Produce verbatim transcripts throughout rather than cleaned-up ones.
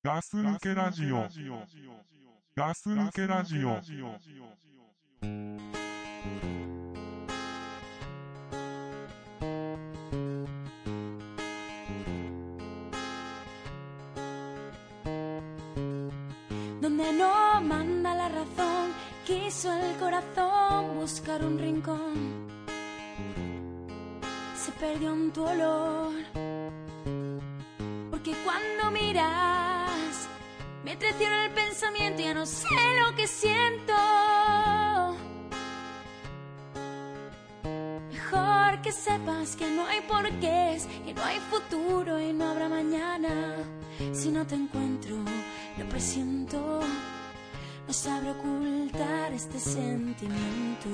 ガス抜けラジオ。ガス抜けラジオ。 Donde no manda la razón, quiso el corazón buscar un rincón. Se perdió en tu olor, porque cuando miras me traiciona el pensamiento, ya no sé lo que siento. Mejor que sepas que no hay porqués, que no hay futuro y no habrá mañana. Si no te encuentro, lo presiento, no sabré ocultar este sentimiento.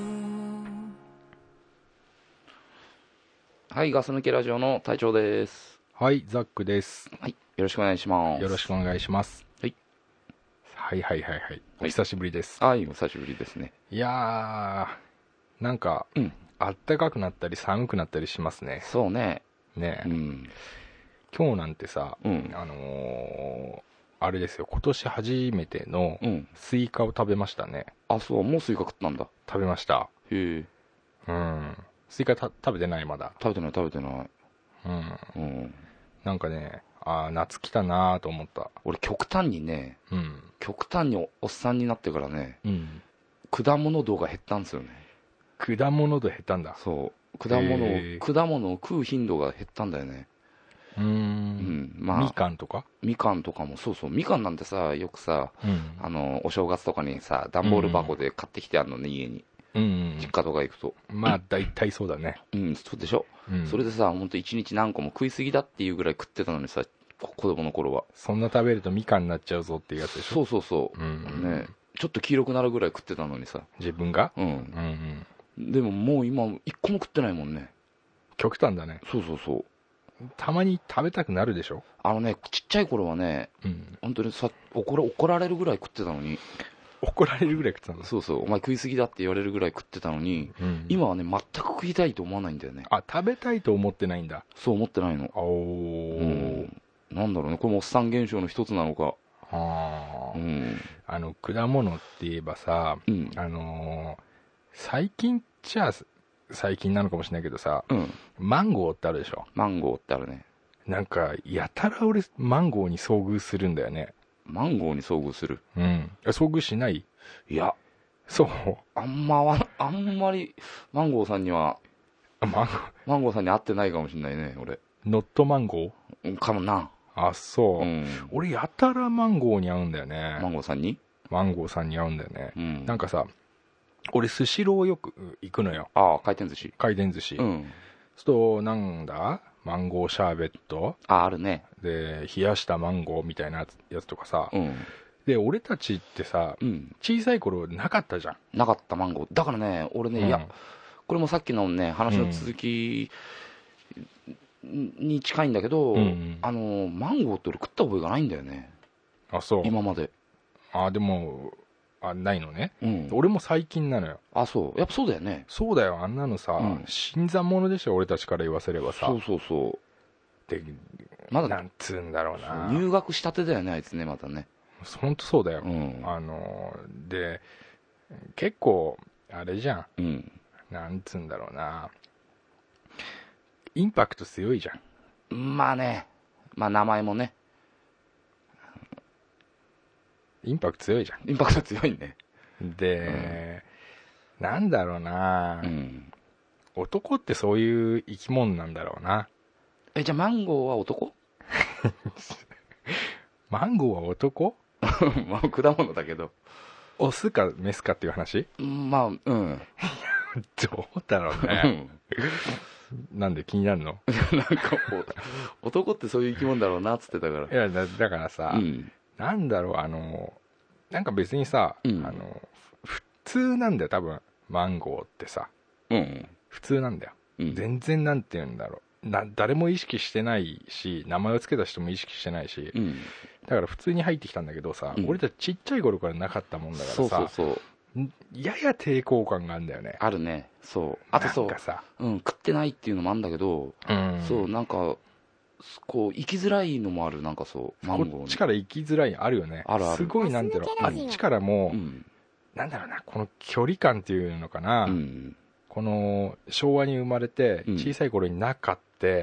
はい、ガス抜けラジオの隊長です。 はい、ザックです。 はい、よろしくお願いします。 よろしくお願いします。 はい。 はいはいはいはい。お久しぶりです。 はい、お久しぶりですね。 いやー、なんか、うん、暖かくなったり寒くなったりしますね。 そうね。 ね、 うん、 今日なんてさ、 うん、 あのー、あれですよ、今年初めてのスイカを食べましたね。 うん、あ、そう、もうスイカ食ったんだ。 食べました。 へえ。 うん。スイカた食べてないまだ。 食べてない食べてない。 うん。 うん、 なんかね、あー夏来たなーと思った。 俺極端にね、うん、極端に お, おっさんになってからね、うん、果物度が減ったんですよね。 果物度減ったんだ。 そう。果物を果物を食う頻度が減ったんだよね。 うーん、うん、まあ、みかんとかみかんとかもそうそう。みかんなんてさ、よくさ、うん、あのお正月とかにさ段ボール箱で買ってきてあるのね、家に。うんうん、実家とか行くとまあ大体そうだね。 うん、そうでしょ、うん、それでさ、ほんといちにち何個も食いすぎだっていうぐらい食ってたのにさ、子供の頃は。 そんな食べるとみかんになっちゃうぞっていうやつでしょ。 そうそうそう、うんうん、ね、ちょっと黄色くなるぐらい食ってたのにさ、 自分が、うんうんうん、でももう今一個も食ってないもんね。 極端だね。 そうそうそう。 たまに食べたくなるでしょ。 あのね、ちっちゃい頃はね、うん、本当にさ、怒ら、怒られるぐらい食ってたのに。 怒られるぐらい食ってたの。 そうそう、お前食いすぎだって言われるぐらい食ってたのに、うん、今はね全く食いたいと思わないんだよね。 あ、食べたいと思ってないんだ。 そう思ってないの。 おー、うん、 なんだろうね、これもおっさん現象の一つなのか。 はあ、うん、あの果物って言えばさ、うん、あのー、最近っちゃ最近なのかもしれないけどさ、うん、マンゴーってあるでしょ。 マンゴーってあるね。 なんかやたら俺マンゴーに遭遇するんだよね。 マンゴーに遭遇する。 うん。遭遇しない？ いや、 そう。 あんまは、あんまりマンゴーさんには、 マンゴー、 マンゴーさんに会ってないかもしれないね、俺。 ノットマンゴーかもな。 あ、そう、うん。俺やたらマンゴーに合うんだよね。 マンゴーさんに？ マンゴーさんに合うんだよね。うん、なんかさ、俺スシローよく行くのよ。 ああ、回転寿司。 回転寿司。うん。そう、なんだマンゴーシャーベット。 あ、あるね。 で、冷やしたマンゴーみたいなやつとかさ。うん。で、俺たちってさ、うん、小さい頃なかったじゃん。 なかったマンゴー。だからね、俺ね、うん、いや、これもさっきのね、話の続きに近いんだけど、うんうん、あの、マンゴーって俺食った覚えがないんだよね。 あ、そう。 今まで。 あ、でも、あ、ないのね、うん、俺も最近なのよ。 あ、そう。やっぱそうだよね。 そうだよ。あんなのさ、うん、新参者でしょ、俺たちから言わせればさ。 そうそうそう。 で、まだなんつうんだろうな。 入学したてだよね、あいつね、またね。 ほんとそうだよ。うん、あので結構あれじゃん、うん、なんつうんだろうな、インパクト強いじゃん。まあね、まあ名前もね、 インパクト強いじゃん。 インパクト強いね。 で、うん、なんだろうな、うん、男ってそういう生き物なんだろうな。 え、じゃあマンゴーは男？ マンゴーは男？ まあ果物だけど。 オスかメスかっていう話？ まあ、うん。 どうだろうね。なんで気になるの？ なんか男ってそういう生き物だろうなっつってたから。 いや だ, だからさ、うん、なんだろう、あのなんか別にさ、うん、あの普通なんだよ多分マンゴーってさ、うん、普通なんだよ、うん、全然なんて言うんだろうな、誰も意識してないし、名前を付けた人も意識してないし、うん、だから普通に入ってきたんだけどさ、うん、俺たちちっちゃい頃からなかったもんだからさ、そうそうそう、やや抵抗感があるんだよね。 あるね。そう。あとそう、 なんかさ、 うん、食ってないっていうのもあるんだけど、うん、そう、なんかこう行きづらいのもある。なんかそうマンゴーにこっちから行きづらいあるよね。 あるある。 すごいなんていうの、あっちからも、うん、なんだろうな、この距離感っていうのかな、うん、この昭和に生まれて小さい頃になかって、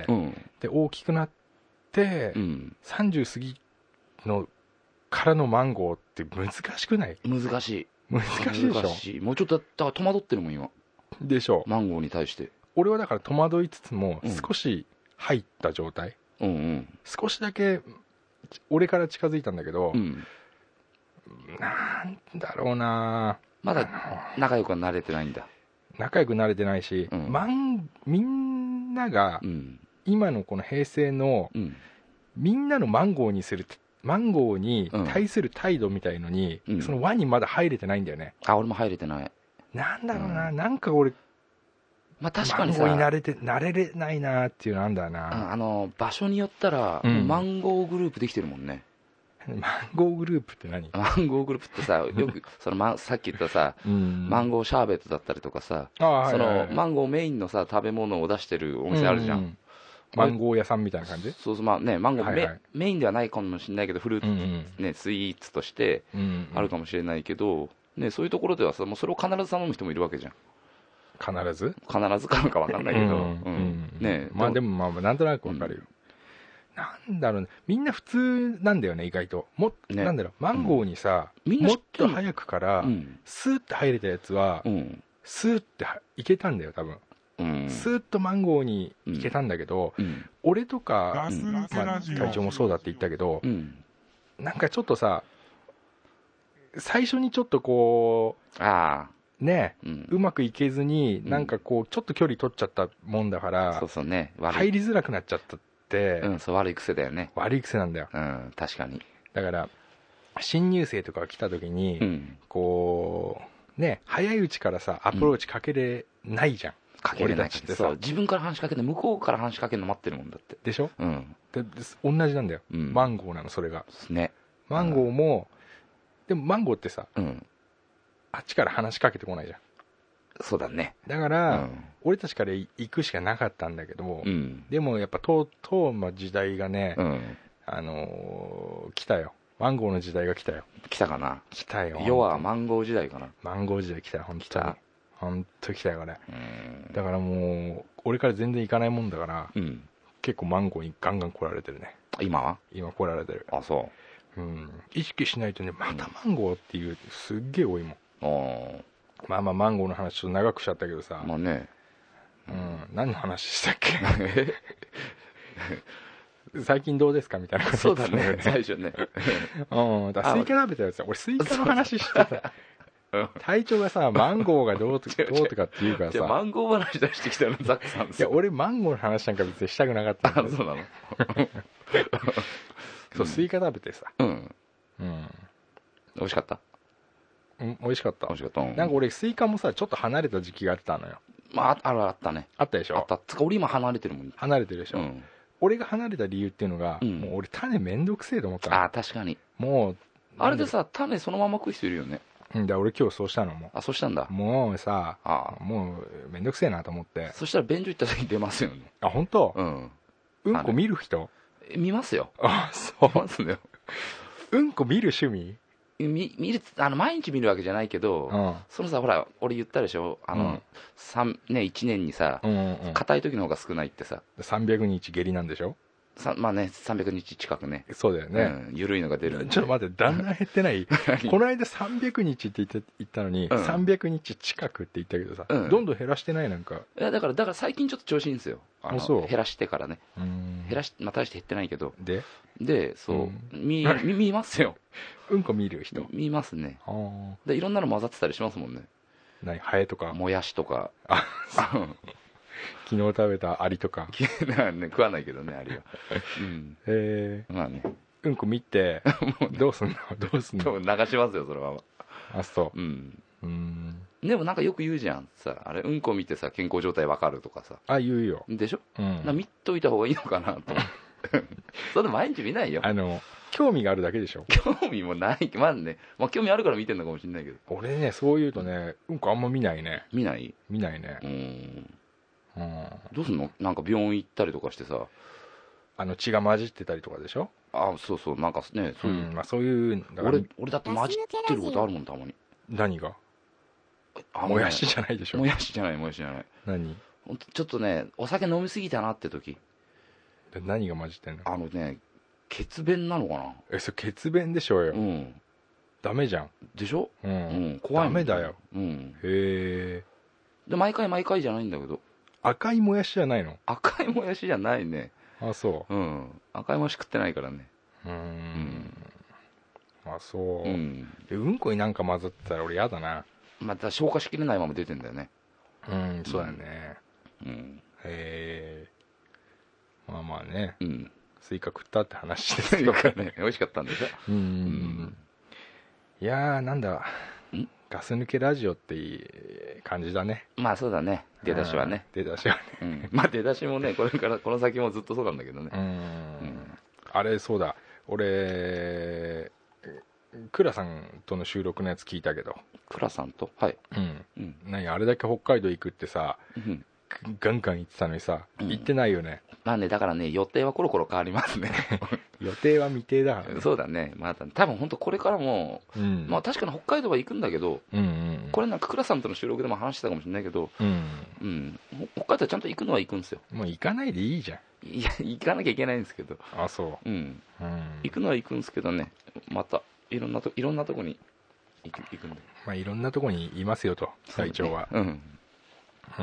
うん、で大きくなって、うん、さんじゅう過ぎのからのマンゴーって難しくない？ 難しい難しいでしょ。 難しい。もうちょっとだから戸惑ってるもん今。 でしょ。 マンゴーに対して俺はだから戸惑いつつも少し入った状態、うんうん、少しだけ俺から近づいたんだけど、うん、なんだろうな、 まだ仲良くはなれてないんだ。 仲良くなれてないし、うん、マンみんなが、うん、今のこの平成の、うん、みんなのマンゴーにするマンゴーに対する態度みたいのに、うん、その輪にまだ入れてないんだよね。 あ、俺も入れてない。 なんだろうな、うん、なんか俺、 まあ、確かにさマンゴーに慣れて慣れれないなっていうなんだな、 うん、あの場所によったら、うん、マンゴーグループできてるもんね。 マンゴーグループって何？ マンゴーグループってさ、よくその、ま、さっき言ったさ、うん、マンゴーシャーベットだったりとかさ、その、はいはいはい、マンゴーメインのさ食べ物を出してるお店あるじゃん、うんうん、 マンゴー屋さんみたいな感じ？ そうそう、まあね、マンゴー メ,、はいはい、メインではないかもしれないけど、フルーツ、うんうんね、スイーツとしてあるかもしれないけど、ね、そういうところではさ、もうそれを必ず頼む人もいるわけじゃん。 必ず必ずかなんか分かんないけど、うんうんね、 まあでもまあなんとなく分かるよ、うん、なんだろうね、みんな普通なんだよね意外と。も、ね、なんだろう、マンゴーにさ、うん、もっと早くからスーッて入れたやつは、うん、スーッていけたんだよ多分、うん、スーッとマンゴーにいけたんだけど、うん、俺とか、うんまあ、会長もそうだって言ったけど、うん、なんかちょっとさ最初にちょっとこうああね、うん、うまくいけずになんかこうちょっと距離取っちゃったもんだから、うん、 そうそうね、 入りづらくなっちゃったって、 うん、そう悪い癖だよね。 悪い癖なんだよ、 うん、確かに。 だから新入生とかが来た時に、うん、こうね早いうちからさアプローチかけれないじゃん、うん、 かけれない。俺たちってさ、自分から話しかけて向こうから話しかけるの待ってるもんだって。 でしょ、うん、で同じなんだよ、うん、マンゴーなのそれがね。マンゴーも、でもマンゴーってさ、うん、あっちから話しかけてこないじゃん。 そうだね。 だから、うん、俺たちから行くしかなかったんだけども、うん、でもやっぱとうとうの時代がね、うん、あのー、来たよ。マンゴーの時代が来たよ。 来たかな。 来たよ。 要はマンゴー時代かな。 マンゴー時代来たよ、本当に。本当に来たよこれ。だからもう俺から全然行かないもんだから、うん、結構マンゴーにガンガン来られてるね。 今は？ 今来られてる。 あ、そう。 うん、意識しないとね、またマンゴーっていうすっげえ多いもん。あ、まあまあマンゴーの話ちょっと長くしちゃったけどさ、 まあね、 うん、何の話したっけ最近どうですかみたいなこと。 そうだね、最初ねうん、だスイカ食べたやつ、俺スイカの話してた隊長がさマンゴーがどうとかどうとかって言うからさ、 じゃマンゴー話出してきたのザックさんですよ。 いや俺マンゴーの話なんか別にしたくなかったんだ。 あ、そうなのそう、スイカ食べてさ、うん、 うん、美味しかった。 うん、美味しかった。 美味しかった。 なんか俺スイカもさちょっと離れた時期があったのよ。 まああるあったね。 あったでしょ。 あった。つか俺今離れてるもん。 離れてるでしょ。うん、俺が離れた理由っていうのが、うん、もう俺種めんどくせえと思ったの。 あ、確かに。 もうあれでさ種そのまま食う人いるよね。 うん、だ俺今日そうしたのも。 あ、そうしたんだ。 もうさ、ああもうめんどくせえなと思って。 そしたら便所行った時に出ますよね。 あ、本当？うん。うんこ見る人？ 見ますよ。 あ、そう。 見ますよ。 うんこ見る趣味？ 見見る、あの毎日見るわけじゃないけど、うん、そのさほら俺言ったでしょ、あの、うん三ね、いちねんにさ硬、うんうん、い時の方が少ないってさ。 さんびゃくにち下痢なんでしょ。 さまあね、さんびゃくにち近くね。 そうだよね、うん、 緩いのが出るんで。 ちょっと待って、だんだん減ってないこの間さんびゃくにちって言って言ったのに、うん、さんびゃくにち近くって言ったけどさ、うん、どんどん減らしてない。なんかいやだからだから最近ちょっと調子いいんですよ。あのそう減らしてからね。うん減らし、まあ、大して減ってないけど。 ででそう、うん、見, 見, 見ますよ。 うんこ見る人見ますね。でいろんなの混ざってたりしますもんね。 何、ハエとかもやしとか。 あ昨日食べたアリとかね、食わないけどねアリは。うん、 えー、 まあね、 うんこ見てどうすんのどうすんの。 流しますよそのまま。 あ、そう。 うん、うんでもなんかよく言うじゃんさ、あれうんこ見てさ健康状態わかるとかさ。 あ、言うよ。 でしょ、うん、な見といた方がいいのかなと思ってそれで毎日見ないよ。 あの興味があるだけでしょ。 興味もないまずね、まあ、興味あるから見てんのかもしれないけど。 俺ねそう言うとねうんこあんま見ないね。 見ない見ないね。 うんうん、どうすんの。なんか病院行ったりとかしてさ、 あの血が混じってたりとかでしょ。 あ、そうそう、なんかね、そういう、 うん、まあ、そういうだ俺俺だって混じってることあるもん、たまに。 何が？あ、もやしじゃないでしょ。 もやしじゃない、もやしじゃない。 何？ ちょっとね、お酒飲みすぎたなって時。 何が混じってんの？あのね、血便なのかな。 え、それ血便でしょうよ。 うん、 ダメじゃん。 でしょ。 うん、うん、怖い。ダメだよ。 うん、 へえ。 で毎回毎回じゃないんだけど。 赤いもやしじゃないの？ 赤いもやしじゃないね。 あ、そう。 うん、赤いもやし食ってないからね。 うーん、うん、あ、そう、うん、でうんこになんか混ざってたら俺嫌だな。 また消化しきれないまま出てんだよね。 うん、そうだよね。 うん、 へえ。まあまあね、 うん、 スイカ食ったって話ですよね。美味しかったんでしょ。 うん、うん、いやー、なんだ、ガス抜けラジオっていい感じだね。 まあそうだね、出だしはね。 出だしはね、 うん、まあ出だしもね、これからこの先もずっとそうなんだけどね。 うん、うん、あれそうだ、俺クラさんとの収録のやつ聞いたけど。 クラさんと、はい、 うんうん、何あれだけ北海道行くってさ、うん、ガンガン行ってたのにさ、うん、行ってないよね。 まあね、だからね、予定はコロコロ変わりますね。 予定は未定だからね。 そうだね、まあ、多分本当これからも、うん、まあ確かに北海道は行くんだけど、うんうん、これなんかクラさんとの収録でも話してたかもしれないけど、うんうん、北海道はちゃんと行くのは行くんですよ。 もう行かないでいいじゃん。 いや、行かなきゃいけないんですけど。 あ、そう、 うんうん、行くのは行くんですけどね、またいろんなといろんなとこに行く、行くんで、 まあ、いろんなとこにいますよと、隊長は。う、ね、うん、うん、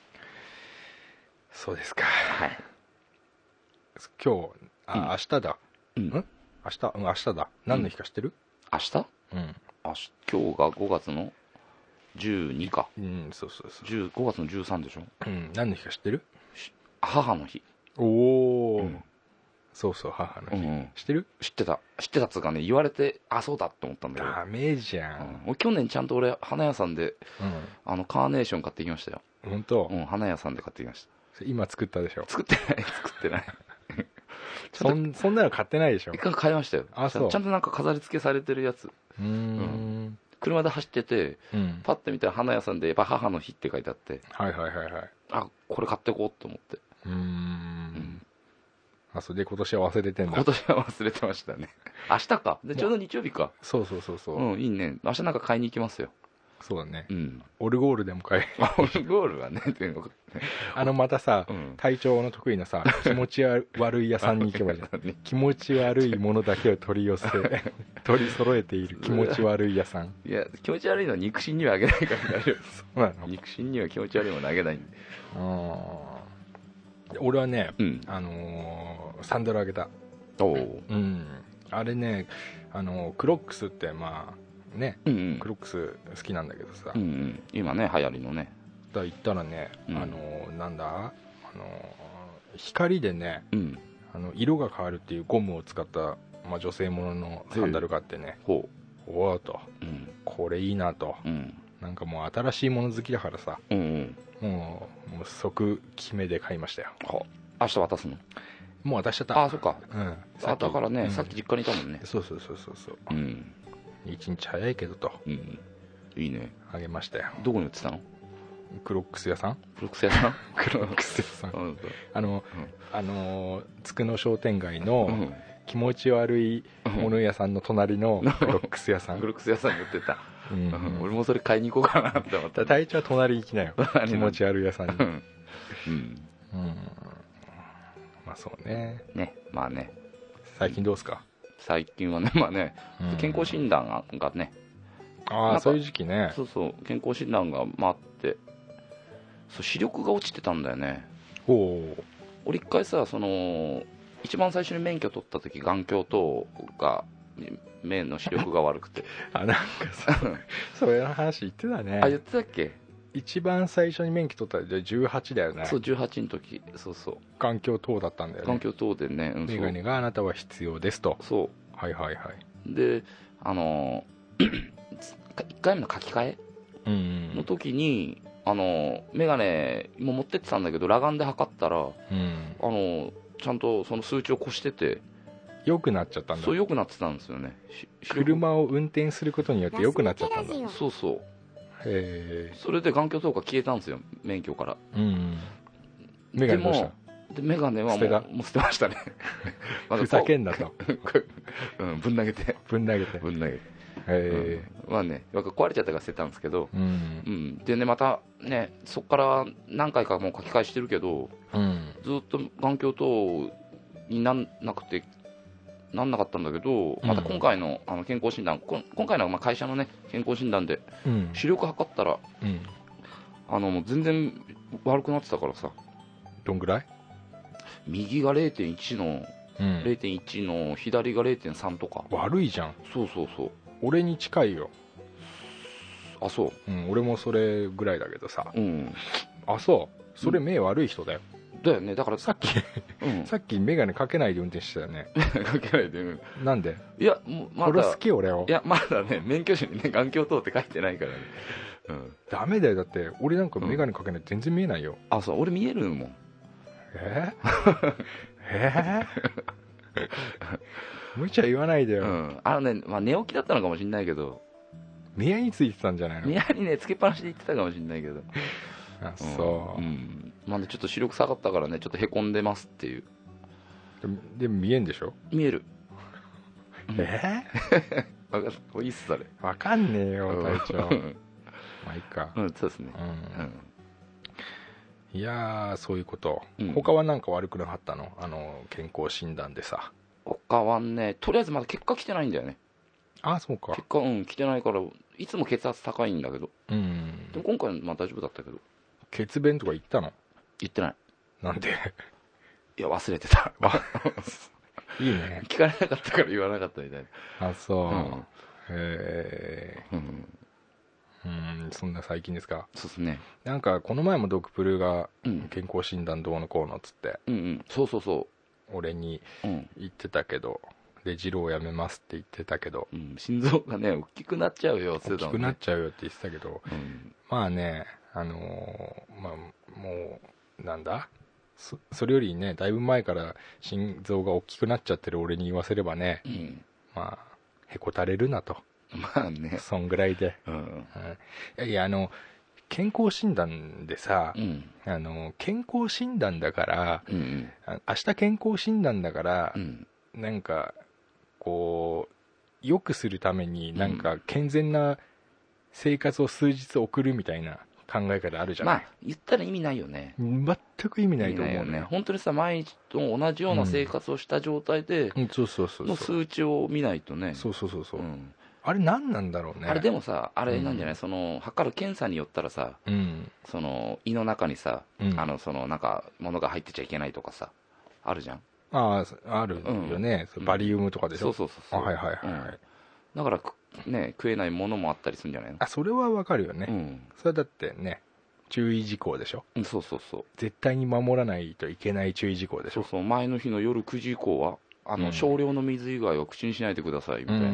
そうですか。 はい。 今日、あ、うん、明日だ。うん。ん？明日、うん、明日だ。何の日か知ってる？ 明日？うん。明日、今日がごがつのじゅうにか。 うん、そうそうそう。 ごがつのじゅうさんでしょ？ うん。何の日か知ってる？ 母の日。 おお、うん。そうそう、母の日。うん、知ってる？ 知ってた。知ってたっつうかね、言われて、あ、そうだって思ったんだけど。 ダメじゃん。 うん、去年ちゃんと俺、花屋さんで、うん、あの、カーネーション買ってきましたよ。 本当？ うん、花屋さんで買ってきました。 今作ったでしょ？ 作ってない、作ってない。 そん, そんなの買ってないでしょ？ 一回買いましたよ。 あ、そう。 ちゃんとなんか飾り付けされてるやつ。 うーん、うん、 車で走ってて、うん、パッて見たら花屋さんでやっぱ母の日って書いてあって、 はいはいはいはい、 あ、これ買ってこうと思って。 うーん、うん、あ、それで今年は忘れてんだ。 今年は忘れてましたね。明日かで、ちょうど日曜日か。 そうそうそうそう、 うん、いいね。明日なんか買いに行きますよ。 そうだね、 うん、 オルゴールでも買え。 オルゴールはねあのまたさ、うん、隊長の得意なさ、気持ち悪い屋さんに行けばいいじゃん。ね、気持ち悪いものだけを取り寄せ取り揃えている気持ち悪い屋さん。 いや、気持ち悪いのは肉親にはあげないから大丈夫。 そうなの？ 肉親には気持ち悪いものあげないんで。 あ、俺はね、うん、あのー、サンダルあげた。 おう、 うん、あれね、あのー、クロックスってまあね、うんうん、クロックス好きなんだけどさ、 うんうん、今ね流行りのね、 だ行ったらね、うん、あのなんだ、あの光でね、うん、あの色が変わるっていうゴムを使った、まあ、女性もののサンダルがあってね、ほう、おおと、うん、これいいなと、うん、なんかもう新しいもの好きだからさ、うんうん、もう、もう即決めで買いましたよ。 は明日渡すの？ もう渡しちゃった。 あ、そっか、うん、あ、だからね、うん、さっき実家にいたもんね。 そうそうそうそうそう、うん、一日早いけどと、 うん、いいね、 あげましたよ。 どこに売ってたの？ クロックス屋さん。 クロックス屋さんクロックス屋さん、うん、あの、うん、あのつくの商店街の気持ち悪いもの屋さんの隣のクロックス屋さん。 クロックス屋さんに売ってた、うん、うん、俺もそれ買いに行こうかなって思った。 隊長は隣行きなよ気持ち悪い屋さんに。うん、うん、まあそうね。 ね、まあね。 最近どうですか？ 最近はね、まあね、うん、健康診断がね、 ああ、そういう時期ね。 そうそう、健康診断が待って、そう、視力が落ちてたんだよね。 お俺一回さ、その一番最初に免許取った時、眼鏡等が目の視力が悪くてあ、なんかさそれの話言ってたね。 あ、言ってたっけ？ 一番最初に免許取ったらじゅうはちだよね。 そう、じゅうはちの時、そうそう、 眼鏡等だったんだよね。 眼鏡等でね、 うん、メガネがあなたは必要ですと。 そう、 はいはいはい。 で、あのいっかいめの書き換えの時に、あのメガネも持ってってたんだけど、裸眼で測ったら、うん、あのちゃんとその数値を越してて良くなっちゃったんだ。 そう、良くなってたんですよね。 車を運転することによって良くなっちゃったんだ。 そうそう。 へえ。 それで眼鏡等が消えたんですよ、免許から。 うん、メガネどうした？ でメガネはもうもう捨てましたねふざけんなとうん、ぶん投げてぶん投げてぶん投げてへえ、うん、まあね壊れちゃったから捨てたんですけど、うん、うん、でねまたねそこから何回かもう書き換えしてるけど、うん、ずっと眼鏡等になんなくてなんなかったんだけど、また今回のあの健康診断、こ今回のまあ会社のね健康診断で視力測ったら、うん、あのもう全然悪くなってたからさ。 どんぐらい？ 右が れいてんいち の、うん、れいてんいち の左が れいてんさん とか。 悪いじゃん。 そうそうそう。 俺に近いよ。 あ、そう、 うん、俺もそれぐらいだけどさ、うん、あ、そうそれ目悪い人だよ、 うん、だよね。だからさっき、うん、さっき眼鏡かけないで運転してたよねかけないで、うん、 なんで？ いやもうまだ殺す気俺を。 いやまだね免許証にね眼鏡等って書いてないからね、 うん、ダメだよ。だって俺なんか眼鏡かけないと全然見えないよ、 うん、あ、そう、俺見えるもん。 えー、えー、無茶言わないでよ、うん、 あのね、まあ、寝起きだったのかもしれないけど目についてたんじゃないの？ 目にねつけっぱなしで言ってたかもしれないけどあ、そう、うん、うん、 まあね、ちょっと視力下がったからねちょっとへこんでますっていう。 でも見えんでしょ？ 見える。 えー、分かる。いいっすそれ。 分かんねえよ隊長まあいいか。 うん、そうですね、うん、うん、 いやーそういうこと、うん、他はなんか悪くなかったの？あの健康診断でさ。 他はね、とりあえずまだ結果来てないんだよね。 ああ、そうか。 結果、うん、来てないからいつも血圧高いんだけど、うん、でも今回はまあ大丈夫だったけど。 血便とか言ったの？ 言ってない。 なんで？ いや忘れてたいいね。 聞かれなかったから言わなかったみたいな。 あ、そう、うん、へえ、うん、うん、そんな最近ですか？ そうですね。 なんかこの前もドクプルが健康診断どうのこうのっつって、 うんうん、そうそうそう、 俺に言ってたけど、で二郎をやめますって言ってたけど、 うん、心臓がね大きくなっちゃうよ、 大きくなっちゃうよって言ってたけど、うん、まあね、あのー、まあもうなんだ そ, それよりねだいぶ前から心臓が大きくなっちゃってる俺に言わせればね、うん、まあへこたれるなと。 まあね、 そんぐらいで、うんうん、いやいや、あの健康診断でさ、うん、あの健康診断だから、うん、明日健康診断だから、うん、なんかこう良くするためになんか健全な生活を数日送るみたいな考え方あるじゃない。 まあ言ったら意味ないよね。 全く意味ないと思うね。 本当にさ、毎日と同じような生活をした状態での数値を見ないとね。 そうそうそうそう、うん、あれ何なんだろうね。 あれでもさ、あれなんじゃない、うん、その測る検査によったらさ、うん、その胃の中にさ、うん、あのそのなんか物が入ってちゃいけないとかさあるじゃん。 ああ、あるよね、うん、バリウムとかでしょ。 そうそうそうそう、 はいはいはい、うん、 だからね食えないものもあったりするんじゃないの。 あ、それはわかるよね、うん、それだってね注意事項でしょ。 うん、そうそうそう、 絶対に守らないといけない注意事項でしょ。 そうそう、前の日の夜くじ以降はあの、うん、少量の水以外は口にしないでくださいみたいな。うん、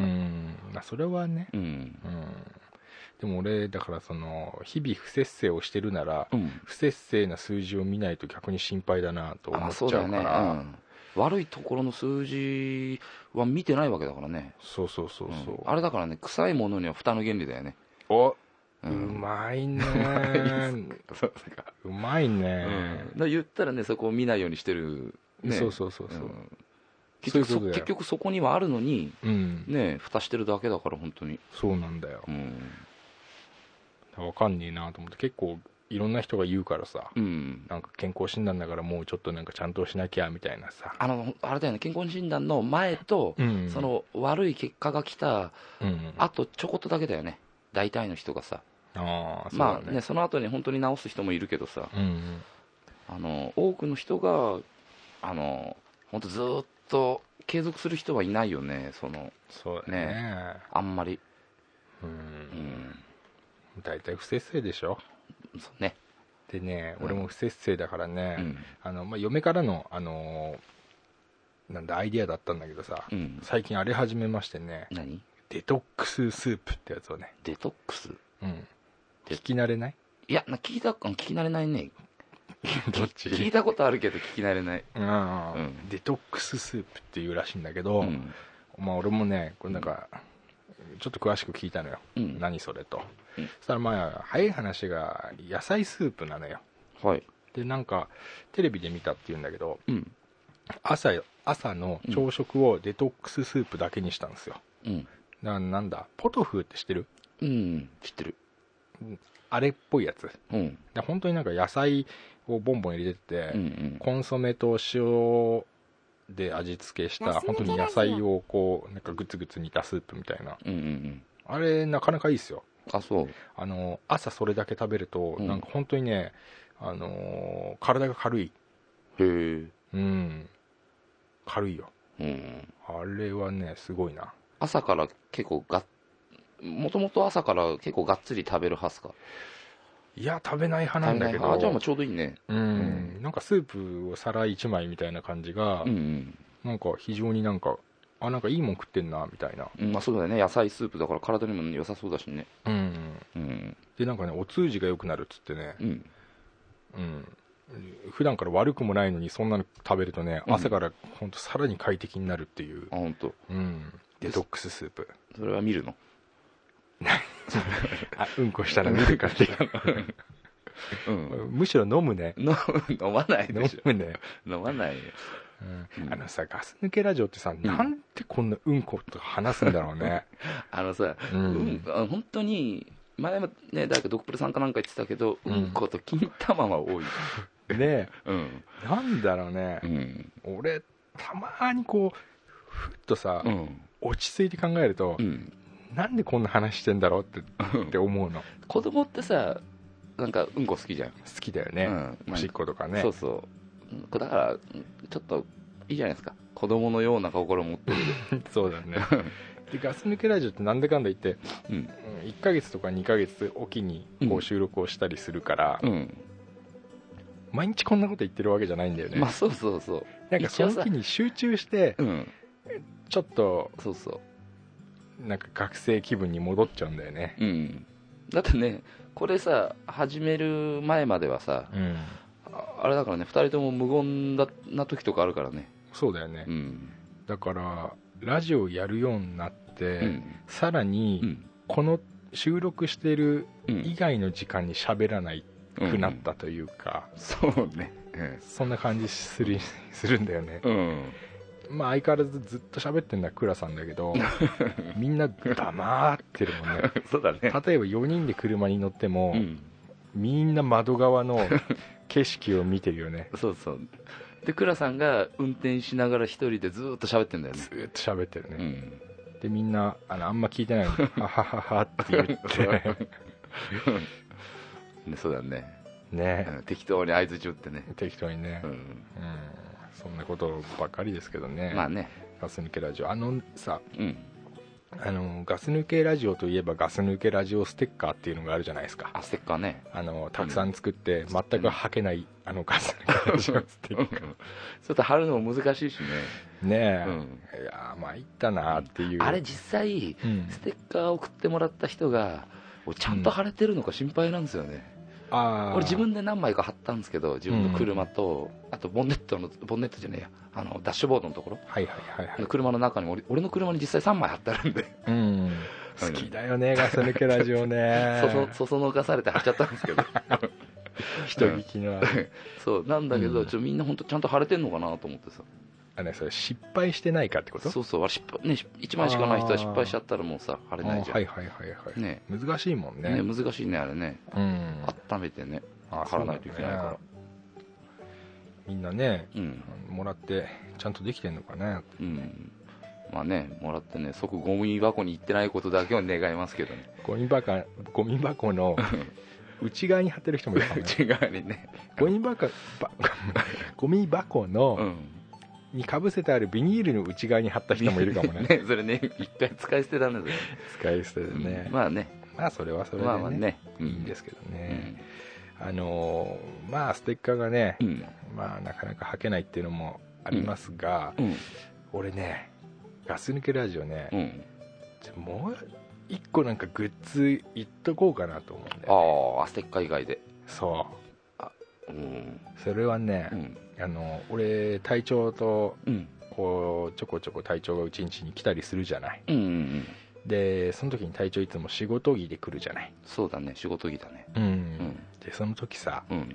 まあ、それはね、うん、うん、でも俺だからその日々不節制をしてるなら、うん、不節制な数字を見ないと逆に心配だなと思っちゃうから。あ、そうだよね、 うん、悪いところの数字は見てないわけだからね。 そうそうそうそう、うん、 あれだからね、臭いものには蓋の原理だよね。 お、うん、うまいねうまいね、 うん、だ言ったらねそこを見ないようにしてる、ね、 そうそうそうそう、うん、 結局 そ, 結局そこにはあるのに、うん、ね蓋してるだけだから本当に。 そうなんだよ、うん、分かんねえなと思って、結構いろんな人が言うからさ、うん、なんか健康診断だからもうちょっとなんかちゃんとしなきゃみたいなさ、 あのあれだよね、健康診断の前と、うん、その悪い結果が来た、うん、あとちょこっとだけだよね、大体の人がさ。あ、そうだね、まあね、その後に本当に治す人もいるけどさ、うんうん、あの多くの人があの本当ずっと継続する人はいないよね。そのそうだね、 ね、あんまり、うん、うん、 大体不節制でしょ。 そうね。 でね、うん、俺も不節制だからね、うん、あのまあ、嫁からの、あのー、なんだアイディアだったんだけどさ、うん、最近あれ始めましてね。 何？ デトックススープってやつをね。 デトックス？ うん。聞き慣れない？ いや、聞いた聞き慣れないねどっち？ 聞いたことあるけど聞き慣れない。 うん、うん、デトックススープっていうらしいんだけど、うん、まあ俺もねこれなんかちょっと詳しく聞いたのよ、うん、何それと、うん、そしたらまあ早い話が野菜スープなのよ。 はい。 でなんかテレビで見たっていうんだけど、 うん、 朝朝の朝食をデトックススープだけにしたんですよ、 うん、 な, なんだポトフって知ってる？ うん、知ってる。 あれっぽいやつ、 うん、 で本当になんか野菜をボンボン入れてて、 うんうん、 コンソメと塩で味付けした本当に野菜をこうなんかグツグツ煮たスープみたいな、 うんうんうん、あれなかなかいいですよ。 あ、そうあの朝それだけ食べると、うん、なんか本当にね、あのー、体が軽い。 へえ。 うん、軽いよ、 うん、 あれはねすごいな。 朝から結構がもともと朝から結構がっつり食べる派っすか？ いや食べない派なんだけど、 あ、じゃあもうちょうどいいね。 うん、うん、なんかスープを皿いちまいみたいな感じが、うんうん、なんか非常になんかあなんかいいもん食ってんなみたいな、 うん、まあそうだよね、野菜スープだから体にも良さそうだしね。 うん、うん、でなんかねお通じが良くなるっつってね、うん、うん、普段から悪くもないのにそんなの食べるとね、うん、朝から本当さらに快適になるっていう。 あ、本当。 うん、デトックススープ。 それは見るの？ あ、うんこしたら見るかっていう、うん、むしろ飲むね。 飲まないでしょ。 飲むね。 飲まないよ。 うん、あのさガス抜けラジオってさ、うん、なんでこんなうんことか話すんだろうね。 あのさ、うん、うん、本当に前もね誰かドクプルさんかなんか言ってたけど、うん、うんこと金玉は多いねえ、うん、なんだろうね、うん、俺たまにこうふっとさ、うん、落ち着いて考えると、うん、なんでこんな話してんだろうって、うん、って思うの。 子供ってさなんかうんこ好きじゃん。 好きだよね、うん、おしっことかね。 そうそうだからちょっといいじゃないですか、子供のような心を持ってるそうだねでガス抜けラジオってなんでかんだ言って、うん、いっかげつとかにかげつおきにこう収録をしたりするから、うん、毎日こんなこと言ってるわけじゃないんだよね。 まあそうそうそう、 なんかその時に集中して、うん、ちょっとそうそうなんか学生気分に戻っちゃうんだよね、 うん、だってねこれさ始める前まではさ、うん、あれだからねふたりとも無言だな時とかあるからね。 そうだよね、うん、だからラジオやるようになって、うん、さらに、うん、この収録してる以外の時間に喋らないくなったというか、 うんうん、そうね、 うん、そんな感じする、するんだよね、うん、まあ相変わらずずっと喋ってるのは倉さんだけどみんな黙ってるもんねそうだね。 例えばよにんで車に乗っても、うん、みんな窓側の景色を見てるよねそうそう、で倉さんが運転しながら一人でずっと喋ってんだよね。 ずっと喋ってるね、うん、でみんな あのあんま聞いてないのにははははって言ってね、そうだねね、 うん、適当に相槌打ってね、 適当にね、うん、うん、そんなことばっかりですけどね。 まあね、 ガス抜けラジオあのさ、うん、あのガス抜けラジオといえばガス抜けラジオステッカーっていうのがあるじゃないですか。 あ、ステッカーね、 あのたくさん作って全く履けない、うん、あのガス抜けラジオステッカーちょっと貼るのも難しいしね。 ねえ、うん、いや参ったなっていう、 あれ実際、うん、ステッカーを送ってもらった人がちゃんと貼れてるのか心配なんですよね、うん、あ俺自分で何枚か貼ったんですけど、自分の車と、うん、あとボンネットのボンネットじゃねえやあのダッシュボードのところ、はいはいはいはい、車の中に 俺, 俺の車に実際さんまい貼ってあるんで、うん、 好きだよねガス抜けラジオねそそそのかされて貼っちゃったんですけど人聞きのそうなんだけど、うん、ちょみんな本当ちゃんと貼れてんのかなと思ってさ。 あね、それ失敗してないかってこと？ そうそう、失敗、ね、いちまいしかない人は失敗しちゃったらもうさ貼れないじゃん。 はいはいはいはい、ね、難しいもんね。 ね、難しいねあれね、うん、温めてね貼らないといけないから、ね、 みんなね、うん、もらってちゃんとできてんのかね。うん、 まあね、もらってね即ゴミ箱に行ってないことだけを願いますけどね。 ゴミ箱ゴミ箱の内側に貼ってる人もいるかもね内側にねゴミ箱ゴミ箱の、うんにかぶせてあるビニールの内側に貼った人もいるかも ね, ねそれね一回使い捨てだねそれ使い捨てでね、 うん、まあねまあそれはそれで ね,、まあまあね、うん、いいんですけどね、うん、あのー、まあステッカーがね、うん、まあなかなか履けないっていうのもありますが、うんうん、俺ねガス抜けラジオね、うん、もう一個なんかグッズいっとこうかなと思うんだよね。ああステッカー以外で。 そうあ、うん、それはね、うんあの俺隊長とこうちょこちょこ隊長がうちんちに来たりするじゃない、うんうんうん、でその時に隊長いつも仕事着で来るじゃない。 そうだね仕事着だね、 うんうん、でその時さ、うん、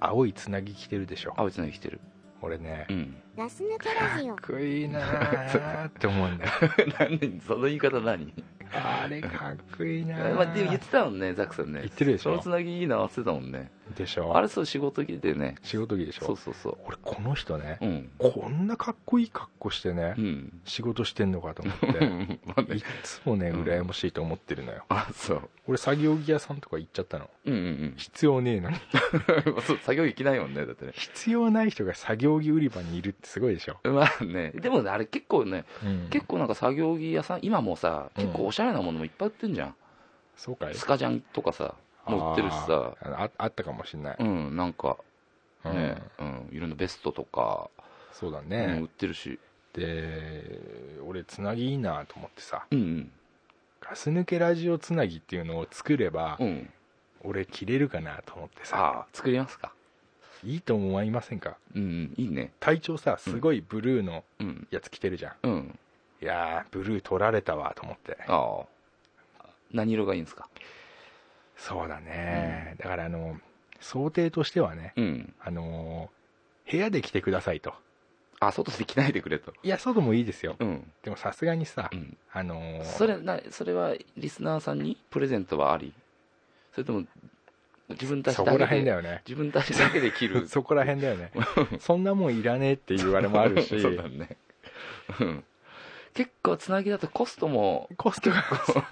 青いつなぎ着てるでしょ。 青いつなぎ着てる。 俺ね、 うん、ガス抜けラジオかっこいいなーって思うんだよ。 何その言い方何？ あれかっこいいなー。 まあ、でも言ってたもんね、ザックさんね。 言ってるでしょ。 そのつなぎいいなって言ってたもんね。 でしょ。 あれそう、仕事着でね。 仕事着でしょ。 そうそうそう。 俺この人ね、 うん、 こんなかっこいい格好してね、うん、仕事してんのかと思っていつもね羨ましいと思ってるのよ。 あ、そう。 俺作業着屋さんとか行っちゃったの。 うんうんうん、 必要ねえのにそう、作業着着ないもんね、だってね。 必要ない人が作業着売り場にいるってすごいでしょ。 まあね、でもね、あれ結構ね、うん、結構なんか作業着屋さん今もさ、結構おしゃれなものもいっぱい売ってんじゃん、うん、 そうかい。 スカジャンとかさも売ってるしさ。 あ, あったかもしんない。 うん、なんかね、うん、いろんなベストとか。 そうだね、 うん、売ってるし。 で俺つなぎいいなと思ってさ、 うんうん、 ガス抜けラジオつなぎっていうのを作れば、 うん、 俺着れるかなと思ってさ。 あ、作りますか。 いいと思いませんか。 うん、いいね。 隊長さすごいブルーのやつ着てるじゃん、 うん、 いやーブルー取られたわと思って。 ああ、何色がいいんですか。 そうだね、うん、だからあの想定としてはね、 うん、 あの部屋で着てくださいと。 あ、外で着ないでくれと。 いや外もいいですよ、 うん、 でもさすがにさ、 うん、 あのー、 それなそれはリスナーさんにプレゼントはあり、それとも自分たちだけで。 そこら辺だよね。 自分たちだけで着るそこら辺だよねそんなもんいらねえっていうあれもあるしそうだね、うん、結構つなぎだとコストもコストが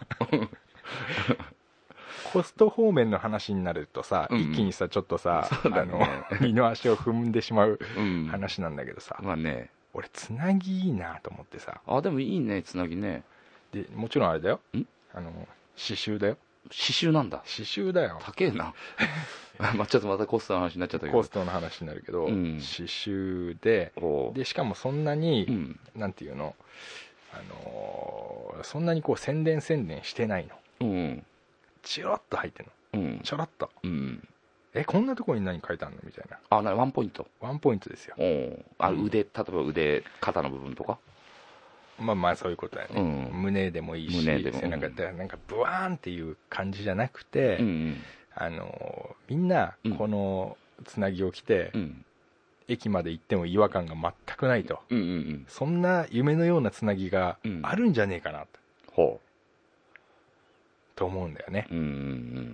コスト方面の話になるとさ、うん、一気にさちょっとさ、ね、あの二の足を踏んでしまう話なんだけどさ、 うん、まあね、 俺つなぎいいなと思ってさ。 あ、でもいいねつなぎね。 でもちろんあれだよ、んあの刺繍だよ。 刺繍なんだ。 刺繍だよ。 高えなまあちょっとまたコストの話になっちゃったけど。 コストの話になるけど、うん、刺繍ででしかもそんなに、うん、なんていうの、あのー、そんなにこう宣伝宣伝してないの、うん、チロッと入ってるの、うん、ちょろっと、うん、えこんなところに何書いてあるのみたいな。 あ、なワンポイント。 ワンポイントですよ。 おあ、腕、例えば腕肩の部分とか。 まあまあそういうことだよね、うん、胸でもいいし、胸でも背中でなんかブワーンっていう感じじゃなくて、うんうん、あのみんなこのつなぎを着て、うん、駅まで行っても違和感が全くないと、うんうんうん、そんな夢のようなつなぎがあるんじゃねえかなと、うん、と思うんだよね、うんうんうん、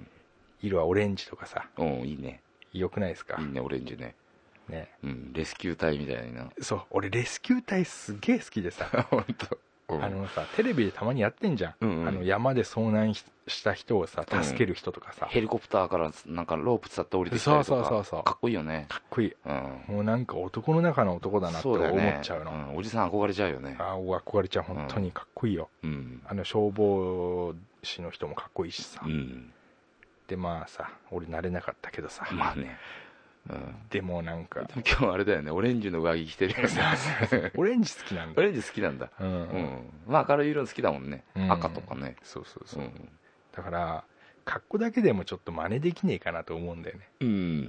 色はオレンジとかさ。 おいいね。 よくないですか。 いいねオレンジね。 ね、 うん、レスキュー隊みたいな。 そう、俺レスキュー隊すげえ好きでさ本当、うん、 あのさテレビでたまにやってんじゃん、うんうん、あの山で遭難した人をさ助ける人とかさ、 うん、ヘリコプターからなんかロープ伝って降りてきたりとか。そうそうそうそう、かっこいいよね。 かっこいい、うん、もうなんか男の中の男だなって思っちゃうの。う、 ね、うん、おじさん憧れちゃうよね。 あ、憧れちゃう、本当にかっこいいよ、うん、あの消防士の人もかっこいいしさ、うん、でまあさ俺慣れなかったけどさ、 まあね、うん、でもなんかでも今日あれだよね、オレンジの上着着てるよねオレンジ好きなんだ。 オレンジ好きなんだ、うんうん、まあ明るい色好きだもんね、うん、赤とかね。 そうそうそう、うん、だから格好だけでもちょっと真似できねえかなと思うんだよね、うん、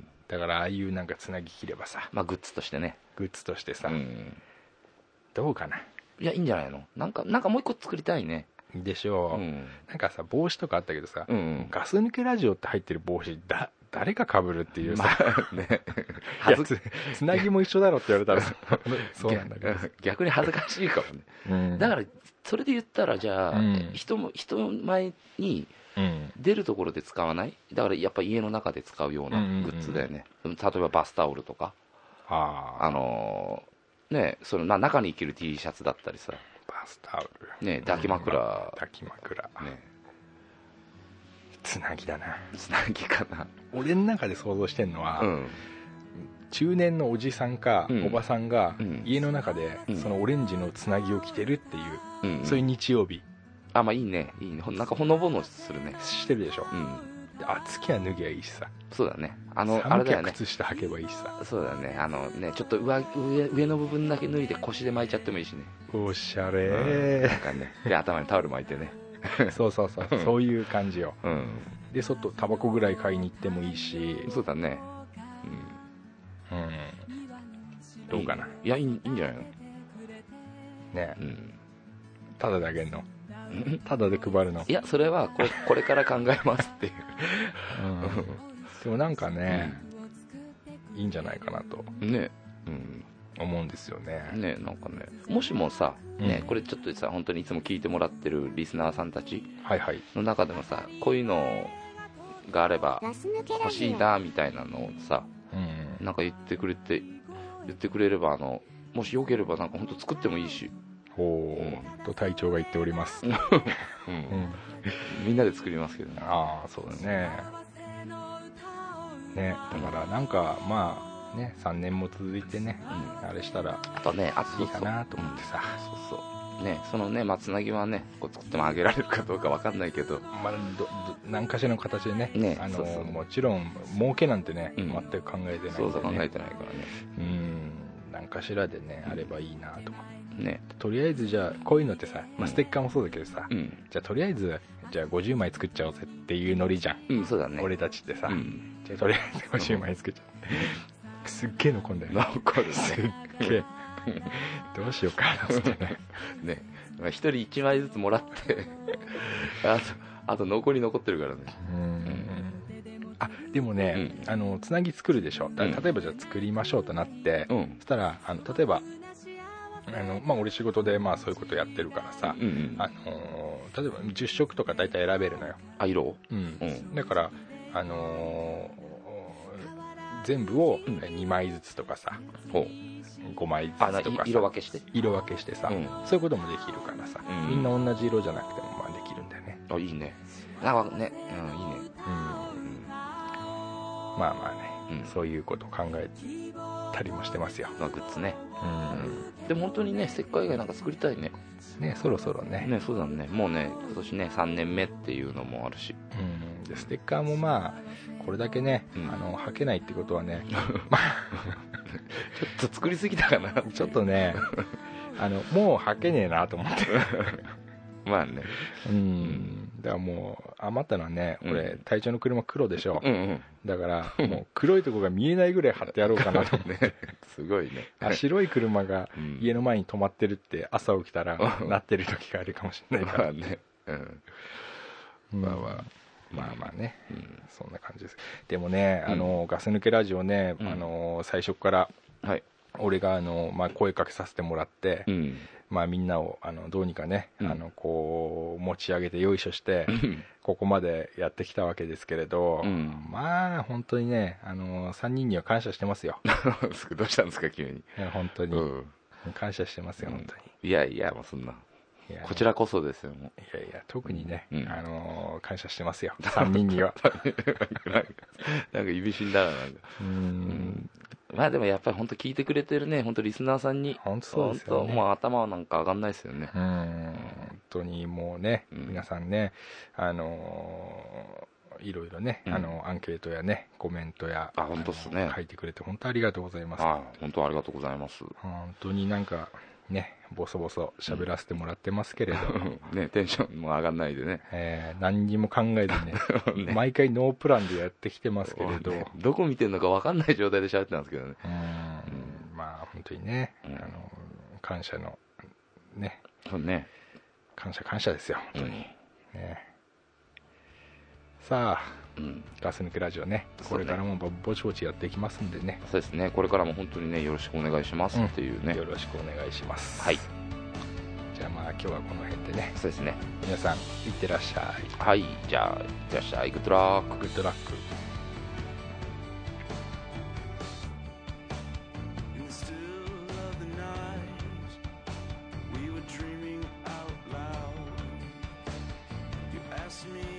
だからああいうなんかつなぎ着ればさ、 まあグッズとしてね、 グッズとしてさ、うん、どうかな。 いやいいんじゃないの。なんかなんかもう一個作りたいね。 でしょう、うん、なんかさ帽子とかあったけどさ、うんうん、ガス抜けラジオって入ってる帽子だ誰が被るっていうさ、まあね、いや つ, つなぎも一緒だろって言われたらそうなんだけど逆に恥ずかしいかもね、うん、だからそれで言ったらじゃあ、うん、人も人前に出るところで使わない、だからやっぱ家の中で使うようなグッズだよね、うんうんうん、例えばバスタオルとか、ああのー、ねそのな中に着る T シャツだったりさ、 バスタオルね、抱き枕、 抱き枕ね、 つなぎだな。 つなぎかな。 俺の中で想像してんのは、うん、中年のおじさんか、うん、おばさんが、うん、家の中で、うん、そのオレンジのつなぎを着てるっていう、うん、そういう日曜日。 あ、まあいいね、いいね、なんかほのぼのするね。 してるでしょ、うん、暑きゃ脱ぎゃいいしさ。 そうだね、あの寒きゃ靴下履けばいいしさ。 そうだね、あのねちょっと 上, 上, 上の部分だけ脱いで腰で巻いちゃってもいいしね。 おしゃれー、うん、 なんかね、で頭にタオル巻いてねそうそうそうそういう感じよ、うん、で外タバコぐらい買いに行ってもいいし。 そうだね、 うん、うん、どうかな。いいやいい、いいんじゃないのね、うん、ただであげんのただで配るの。 いやそれはこれこれから考えますっていう、 うん、でもなんかね、 いいんじゃないかなとね、うん、 思うんですよね。 ね、なんかね、もしもさ、ね、うん、これちょっとさ、本当にいつも聞いてもらってるリスナーさんたちの中でもさ、こういうのがあれば欲しいなみたいなのをさ、うん、なんか言ってくれて言ってくれれば、あのもしよければなんか本当作ってもいいし。 おー、うん、と隊長が言っております、うんうん、 みんなで作りますけどね。 ああ、そうだね。ね、だからなんかまあね、さんねんも続いてね、うん、あれしたらあとね、あといいかなと思ってさ、 そうそうね、そのね、まつなぎはね、こう作ってもあげられるかどうかわかんないけど、 まあ、ど何かしらの形でね、ね、あのそうそう、もちろん儲けなんてね、うん、全く考えてないんで、ね、 そうそう考えてないからね、 うん、何かしらでね、あればいいなと思って。ね、とりあえずじゃあこういうのってさ、まあ、ステッカーもそうだけどさ、うん、じゃあとりあえずじゃあごじゅうまい作っちゃおうぜっていうノリじゃん、 うん、そうだね、 俺たちってさ、うん、じゃあとりあえずごじゅうまい作っちゃう、うん、すっげえ残んだよ、 残るね、 すっげえどうしようかなっつってねね、まあ、ひとりいちまいずつもらってあと、あと残り残ってるからね。うん、うん、 あでもね、うん、あのつなぎ作るでしょ、だ例えばじゃあ作りましょうとなって、うん、そしたらあの例えばあのまあ、俺仕事でまあそういうことやってるからさ、うんうん、あのー、例えばじゅっしょくとか大体選べるのよ。 あ、色、 うん、うん、だから、あのー、全部をにまいずつとかさ、うん、ごまいずつとかさ、 色分けして色分けしてさ、うん、そういうこともできるからさ、うん、みんな同じ色じゃなくてもまあできるんだよね。 あ、いいね。なんかね、うん、いいね。うん、 まあまあね、うん、そういうことを考えたりもしてますよ。 まあ、グッズね。うん、でも本当にね、ステッカー以外なんか作りたいね。 ね、そろそろね。 ね、そうだね。もうね、今年ね、さんねんめっていうのもあるし。 うん、でステッカーもまあこれだけね、うん、あの履けないってことはね、まあちょっと作りすぎたかな。 ちょっとね、あのもう履けねえなと思って。 まあね。 うん。だからもう余ったのはね、俺、うん、隊長の車黒でしょ、うんうん、だからもう黒いとこが見えないぐらい貼ってやろうかなと思って、ね、 すごいね。 白い車が家の前に止まってるって朝起きたらなってる時があるかもしれないからね。うん、まあまあまあまあね、うん、そんな感じです。でもね、あのガス抜けラジオね、うん、あの最初から俺があの、まあ、声かけさせてもらって、うん、まあ、みんなをあのどうにかね、うん、あのこう持ち上げてよいしょしてここまでやってきたわけですけれど、うん、まあ本当にね、あのさんにんには感謝してますよ。 どうしたんですか急に。 いや本当に、うん、感謝してますよ本当に。 いやいや、もうそんな、こちらこそですよ。もういやいや、特にね、うん、あの感謝してますよさんにんには。 なんか意味深だな、なんか。うん、まあでもやっぱり本当聞いてくれてるね、本当リスナーさんに本当そうですよね。 もう頭なんか上がんないですよね。うん、 本当にもうね、うん、皆さんね、あのー、いろいろね、うん、あのアンケートやねコメントやあ本当っすね、 書いてくれて本当ありがとうございます。 あ本当ありがとうございます。 本当になんかね、ボソボソ喋らせてもらってますけれど、 うん、ね、テンションも上がんないでね、 えー、何にも考えずねね、毎回ノープランでやってきてますけれど、ね、 どこ見てるのか分かんない状態で喋ってたんですけどね。うん、 うん、まあ本当にね、うん、あの感謝のね、 そうね、 感謝感謝ですよ本当に、うんね、さあ、うん、ガス抜けラジオね、これからもぼちぼちやっていきますんでね。 そうですね、これからも本当にねよろしくお願いしますっていうね、 うん、よろしくお願いします。 はい、 じゃあまあ今日はこの辺でね。 そうですね、 皆さんいってらっしゃい。 はい、じゃあいってらっしゃい。グッドラック。 グッドラック。 Me